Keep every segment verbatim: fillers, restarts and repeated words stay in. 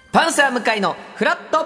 パンサー向井のフラット。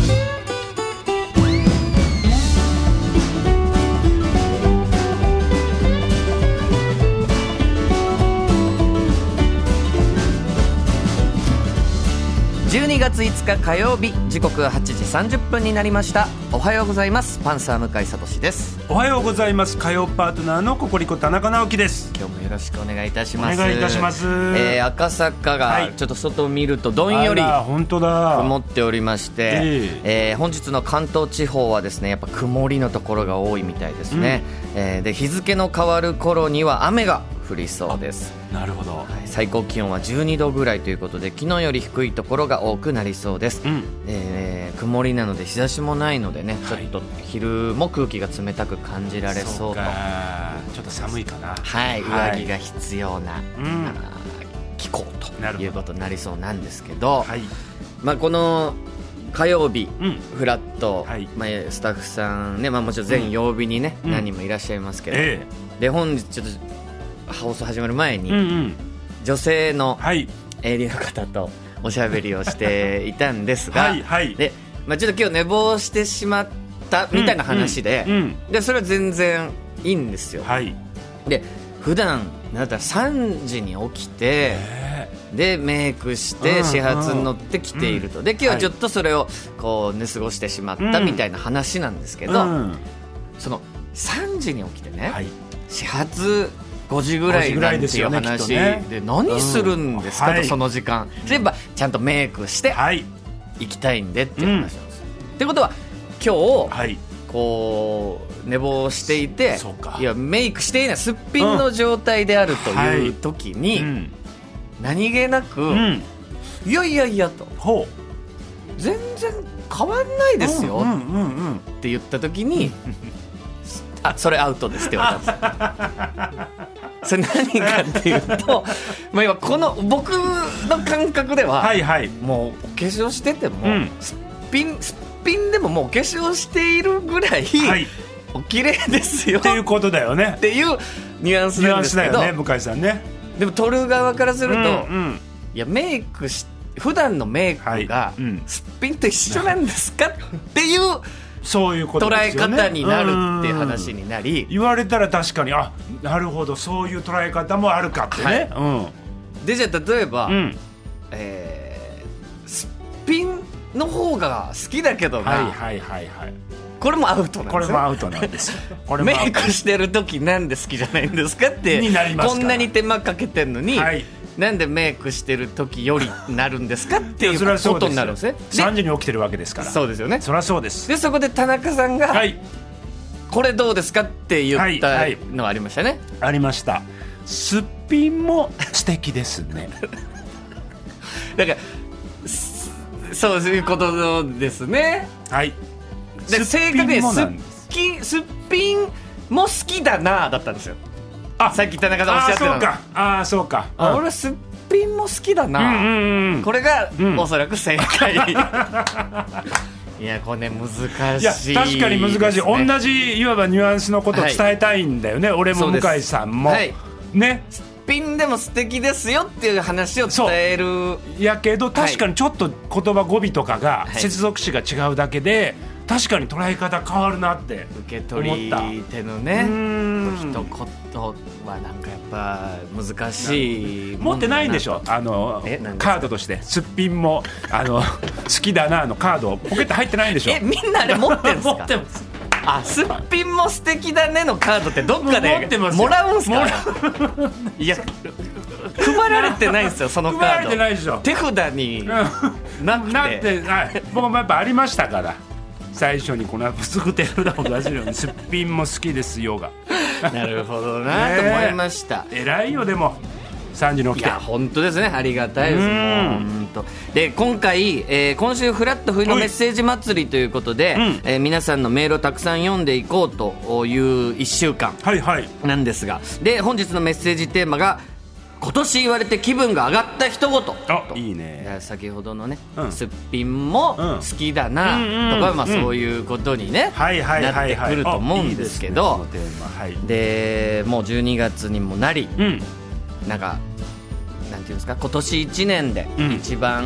じゅうにがついつか火曜日、時刻ははちじさんじゅっぷんになりました。おはようございます。パンサー向井聡です。 おはようございます。火曜パートナーのココリコ田中直樹です。 今日もよろしくお願いいたします。 お願いいたします。 えー、赤坂がちょっと外を見るとどんより曇っておりまして、えーえー、本日の関東地方はですね、やっぱ曇りのところが多いみたいですね、うんえー、で日付の変わる頃には雨が降りそうです。 なるほど、はい、 最高気温はじゅうにどぐらいということで、昨日より低いところが多くなりそうです、うんえー、曇りなので日差しもないのでね、はい、ちょっと昼も空気が冷たく感じられそうと。 そうか、ちょっと寒いかな。 はい、上着が必要な、はい、気候ということになりそうなんですけど、はいまあ、この火曜日、うん、フラット、はいまあ、スタッフさんね、まあ、もちろん全曜日にね、うん、何人もいらっしゃいますけど、ええ、で本日ちょっと放送始まる前に、うんうん、女性の エーディー の方とおしゃべりをしていたんですがはい、はいでまあ、ちょっと今日寝坊してしまったみたいな話で、うんうん、でそれは全然いいんですよ、はい、で普段だったらさんじに起きてでメイクして始発に乗ってきていると、うん、で今日はちょっとそれをこう寝過ごしてしまったみたいな話なんですけど、うん、そのさんじに起きてね、はい、始発ごじぐらいなんていう話 で, ねで何するんですか、うん、と、はい、その時間例えばちゃんとメイクして行きたいんでっていう話なんです、うん、ってことは今日、はい、こう寝坊していていやメイクしていないすっぴんの状態であるという時に、うんはい、何気なく、うん、いやいやいやとほう全然変わんないですよ、うんうんうんうん、って言った時にあそれアウトですって言われたんですそれ何かっていうとまあ今この僕の感覚では、はいはい、もうお化粧してても、うん、すっぴんすっぴんでももうお化粧しているぐらい、はい、お綺麗ですよっていうことだよねっていうニュアンスなんですけど、 ニュアンスだよね向井さんね。 でも撮る側からすると、うんうん、いやメイクし普段のメイクがすっぴんと一緒なんですかっていうそういうことですよね、 捉え方になるっていう話になり、 言われたら確かにあなるほどそういう捉え方もあるかってね、はいうん、でじゃあ例えば、うんえー、すっぴんの方が好きだけどな、はいはいはいはい、これもアウトなんですよ。 これもアウトなんですこれメイクしてる時なんで好きじゃないんですかってになりますからこんなに手間かけてんのに、はいなんでメイクしてる時よりなるんですかっていうことになるんですね。 さんじに起きてるわけですから。 そうですよね。 そりゃそうです。 でそこで田中さんが、はい、これどうですかって言ったのはありましたね、はいはい、 ありました。すっぴんも素敵ですねだからそういうことですね。はいで正確にすっぴすっぴんも好きだなだったんですよ。さっき田中さんおっしゃってたの。 あそうかあそうか、 うん、俺すっぴんも好きだな、うんうんうん、これが、うん、おそらく正解いやこれね難しい、 いや確かに難しい、ね、同じいわばニュアンスのことを伝えたいんだよね、はい、俺も向井さんも、はい、ねすっぴんでも素敵ですよっていう話を伝えるやけど確かにちょっと言葉語尾とかが接続詞が違うだけで、はい確かに捉え方変わるなって受け取り手のね一言はなんかやっぱ難しい持ってないんでしょあのカードとしてすっぴんもあの好きだなのカードポケット入ってないんでしょ。 えみんなあれ持ってるんですか持ってます。 あすっぴんも素敵だねのカードってどっかでもらうんすかいや配られてないんですよそのカード。 配られてないでしょ。 手札になくて、 なってはい僕もやっぱありましたから最初にこのすぐ手札を出せるようにすっぴんも好きですよがなるほどなと思いました、 ね、偉いよでもさんじに起きて。 いや本当ですねありがたいです。本当で今回、えー、今週フラット冬のメッセージ祭りということで、うんえー、皆さんのメールをたくさん読んでいこうといういっしゅうかんなんですが、はいはい、で本日のメッセージテーマが今年言われて気分が上がった一言。 あいいね。 先ほどのね、うん、すっぴんも好きだなとか、うんまあ、そういうことに、ねうん、なってくると思うんですけど、でもうじゅうにがつにもなり、うん、なんかなんていうんですか今年いちねんで一番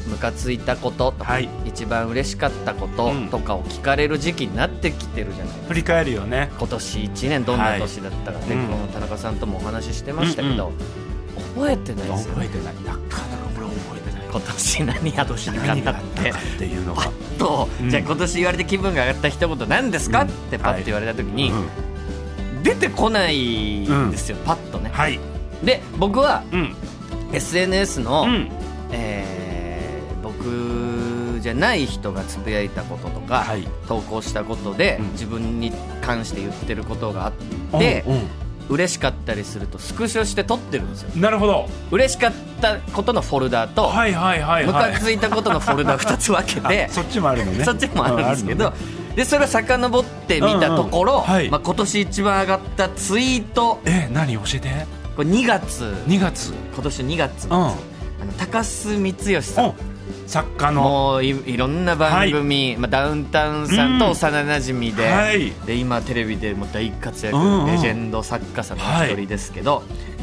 ムカついたこととか、はい、一番嬉しかったこととかを聞かれる時期になってきてるじゃないですか。 振り返るよね。 今年いちねんどんな年だったかね、はい、この田中さんともお話ししてましたけど、うんうん、覚えてないですよね。 覚えてない。なかなかこれ覚えてない。 今年何やったかってっていうのがと、うん、じゃあ今年言われて気分が上がった一言何ですか、うん、ってパッと言われた時に、はい、出てこないんですよ、うん、パッとね、はい、で僕は、うん、エスエヌエス の、うんえー、僕じゃない人がつぶやいたこととか、はい、投稿したことで、うん、自分に関して言ってることがあって、うんうん嬉しかったりするとスクショして撮ってるんですよ。 なるほど。 嬉しかったことのフォルダと、はいはいはいはい、ムカついたことのフォルダふたつ分けてそっちもあるのね。 そっちもあるんですけど、ね、でそれを遡ってみたところ、うんうんはいまあ、今年一番上がったツイートえ何教えて。 これにがつにがつ今年にがつ、うん、あの高須光義さん、うん作家のもう い, いろんな番組、はいまあ、ダウンタウンさんと幼なじみで、うんはい、で今テレビでも大活躍、うんうん、レジェンド作家さんの一人ですけど、はい、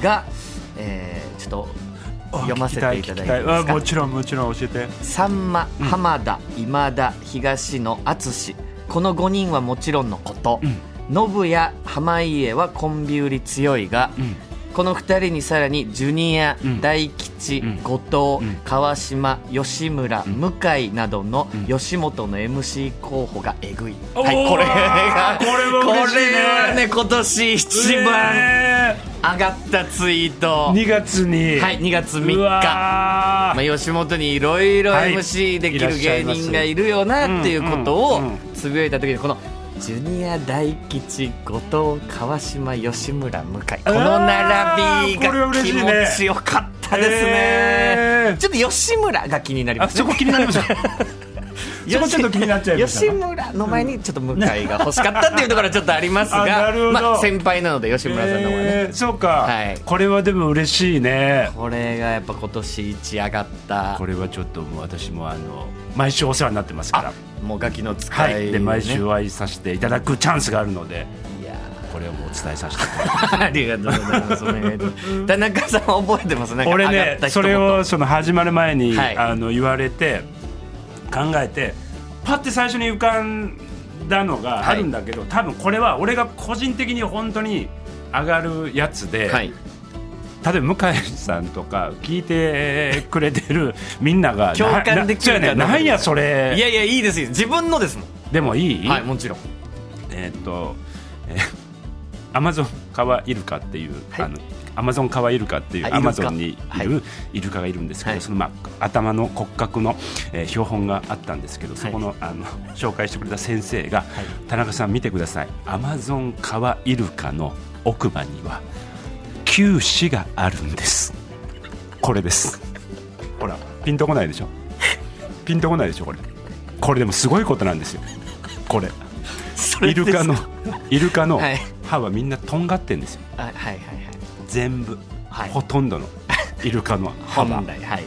が、えー、ちょっと読ませていただいていいですか。 もちろんもちろん教えて。 さんま、浜田、今田、東野、淳このごにんはもちろんのこと、うん、ノブや濱家はコンビ売り強いが、うんこのふたりにさらにジュニア、うん、大吉、うん、後藤、うん、川島、吉村、うん、向井などの吉本の エムシー 候補がえぐい、うん、はいこれがこれは嬉しいね。 これはね今年一番上がったツイート、 にがつにはいにがつみっかまあ、吉本にいろいろ エムシー できる芸人がいるよなっていうことをつぶやいた時にこのジュニア大吉後藤川島吉村向井この並びが気持ちよかったですね、えー、ちょっと吉村が気になりますね。 あそこ気になりましたそこちょっと気になっちゃいました。 吉村の前にちょっと向井が欲しかったっていうところはちょっとありますがあ、まあ、先輩なので吉村さんの方がね、えー、 そうか、はい、これはでも嬉しいね。 これがやっぱ今年一上がった。 これはちょっともう私もあの毎週お世話になってますからもうガキの使い、ねはい、 で毎週お会いさせていただくチャンスがあるのでいやこれをもうお伝えさせていただきますありがとうございますお願いします田中さん覚えてますね。 俺ねそれをその始まる前に、はい、あの言われて考えてパッて最初に浮かんだのがあるんだけど、はい、多分これは俺が個人的に本当に上がるやつで、はい、例えば向井さんとか聞いてくれてるみんなが共感できるかな、なんやそれ。 いやいやいいですよ自分のですもん。 でもいいはいもちろんえー、っと、えー、アマゾンカワイルカっていう、はい、あのアマゾンカワイルカっていうアマゾンにいる、はい、イルカがいるんですけど、はい、その、まあ、頭の骨格の、えー、標本があったんですけど、はい、そこ の, あの紹介してくれた先生が、はい、田中さん見てくださいアマゾンカワイルカの奥歯には臼歯があるんです。これですほらピンとこないでしょピンとこないでしょこれこれでもすごいことなんですよ。これイルカのイルカの歯はみんなとんがってんですよ、はいはいはいはい、全部、はい、ほとんどのイルカの歯は、はい、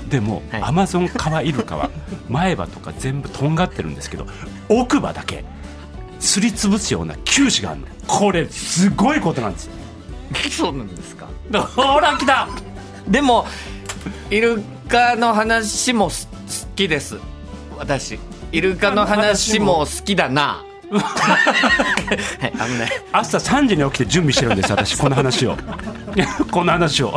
でも、はい、アマゾンカワイルカは前歯とか全部とんがってるんですけど奥歯だけすりつぶすような臼歯があるの。これすごいことなんですよ。 そうなんですか。 ほら来たでもイルカの話も好きです私。イルカの話も好きだなはい、危ない。 朝さんじに起きて準備してるんです私この話をこの話を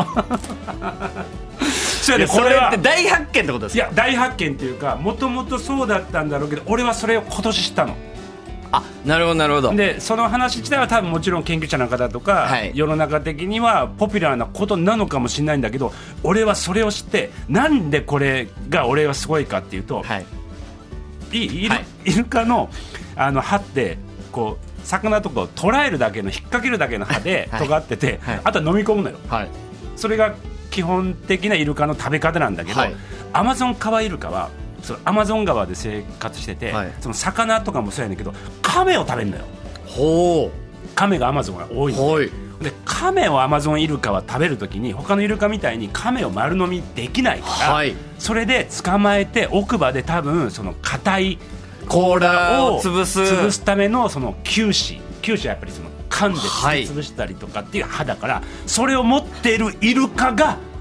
それでこれって大発見ってことですか。 いや大発見っていうかもともとそうだったんだろうけど俺はそれを今年知ったの。 あなるほどなるほど。 でその話自体は多分もちろん研究者の方とか、はい、世の中的にはポピュラーなことなのかもしれないんだけど俺はそれを知ってなんでこれが俺はすごいかっていうと、はいいいイル、はい、イルカ の, あの歯ってこう魚とかを捉えるだけの引っ掛けるだけの歯で尖ってて、はいはい、あとは飲み込むのよ、はい、それが基本的なイルカの食べ方なんだけど、はい、アマゾンカワイルカはそのアマゾン川で生活してて、はい、その魚とかもそうやねんけどカメを食べるのよ。ほうカメがアマゾンが多いので、はい、でカメをアマゾンイルカは食べるときに他のイルカみたいにカメを丸飲みできないから、はい、それで捕まえて奥歯で多分その硬い甲羅を潰す潰すためのその臼歯臼歯はやっぱりその噛んで潰したりとかっていう歯だから、はい、それを持っているイルカが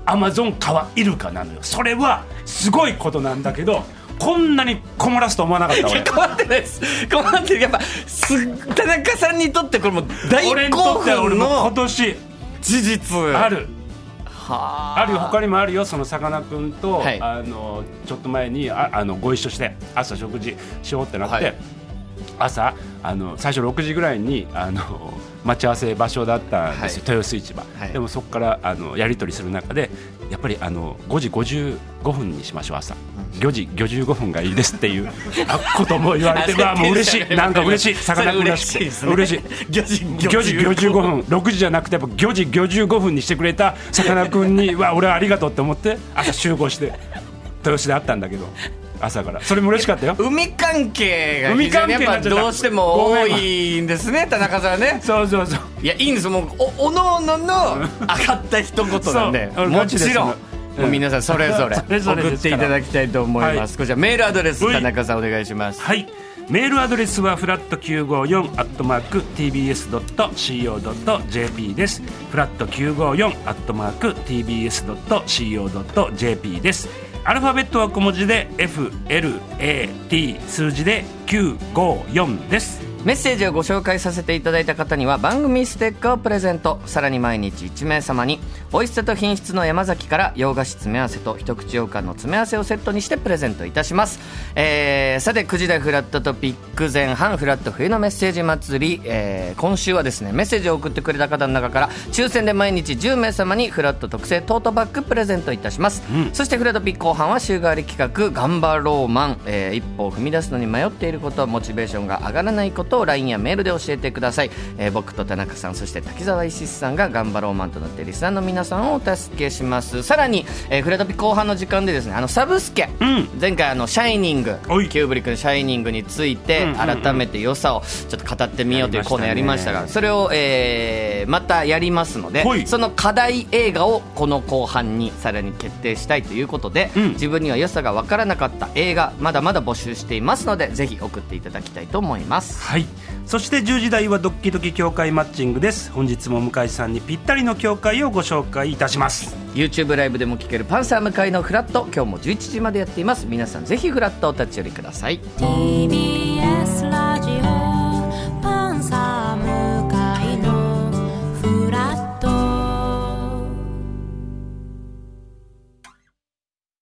アマゾンカワイルカなのよ。それはすごいことなんだけど、こんなに困らすと思わなかった俺。 困ってないです、困ってる。やっぱ田中さんにとってこれも大興奮の今年事実ある。はあるよ、他にもあるよ。そのさかなクンと、はい、あのちょっと前に あ, あのご一緒して朝食事しようってなって、はい、朝あの最初ろくじぐらいにあの待ち合わせ場所だったんですよ、はい、豊洲市場、はい、でもそこからあのやり取りする中でやっぱりあのごじごじゅうごふんにしましょう、朝ごじごじゅうごふんがいいですっていうことも言われてわあもう嬉しい、なんか嬉しい、さかなクンらしくて嬉しい。ごじごじゅうごふん、ろくじじゃなくてごじごじゅうごふんにしてくれたさかなクンにわ俺はありがとうって思って朝集合して豊洲で会ったんだけど、朝からそれも嬉しかったよ。 海関係が非常にやっぱどうしても多いんですね、田中さんはね。 そうそうそう、 いやいいんです、もう お, おのおのの上がった一言なんでもちろんもう皆さんそれぞれ送っていただきたいと思います、はい、こちらメールアドレス田中さんお願いします。 はい、メールアドレスはフラットきゅうごよんアットマーク ティービーエスドットシーオードットジェーピー です。フラットきゅうごよんアットマーク ティービーエスドットシーオードットジェーピー です。アルファベットは小文字で エフエルエーティー 数字できゅうごよんです。 メッセージをご紹介させていただいた方には番組ステッカーをプレゼント。さらに毎日いち名様に美味しさと品質の山崎から洋菓子詰め合わせと一口羊羹の詰め合わせをセットにしてプレゼントいたします、えー、さてくじ台フラットトピック前半フラット冬のメッセージ祭り、えー、今週はですねメッセージを送ってくれた方の中から抽選で毎日じゅう名様にフラット特製トートバッグプレゼントいたします、うん、そしてフラットピ後半は週替わり企画頑張ろうマン、えー、一歩を踏み出すのに迷っていること、モチベーションが上がらないことを ライン やメールで教えてください、えー、僕と田中さんそして滝沢石さんが頑張ろうマンとなってリスナーの皆さんをお助けします。さらに、えー、フラトピ後半の時間でですねあのサブスケ、うん、前回あのシャイニングキューブリックのシャイニングについて改めて良さをちょっと語ってみようというコーナーやりましたが、それを、えー、またやりますのでその課題映画をこの後半にさらに決定したいということで、うん、自分には良さが分からなかった映画まだまだ募集していますのでぜひ送っていただきたいと思います。 はい、そしてじゅうじ台はドッキドキ協会マッチングです。本日も向井さんにぴったりの協会をご紹介いたします。 YouTube ライブでも聴けるパンサー向井のフラット、今日もじゅういちじまでやっています。皆さんぜひフラットお立ち寄りください。 ティービーエス ラジオ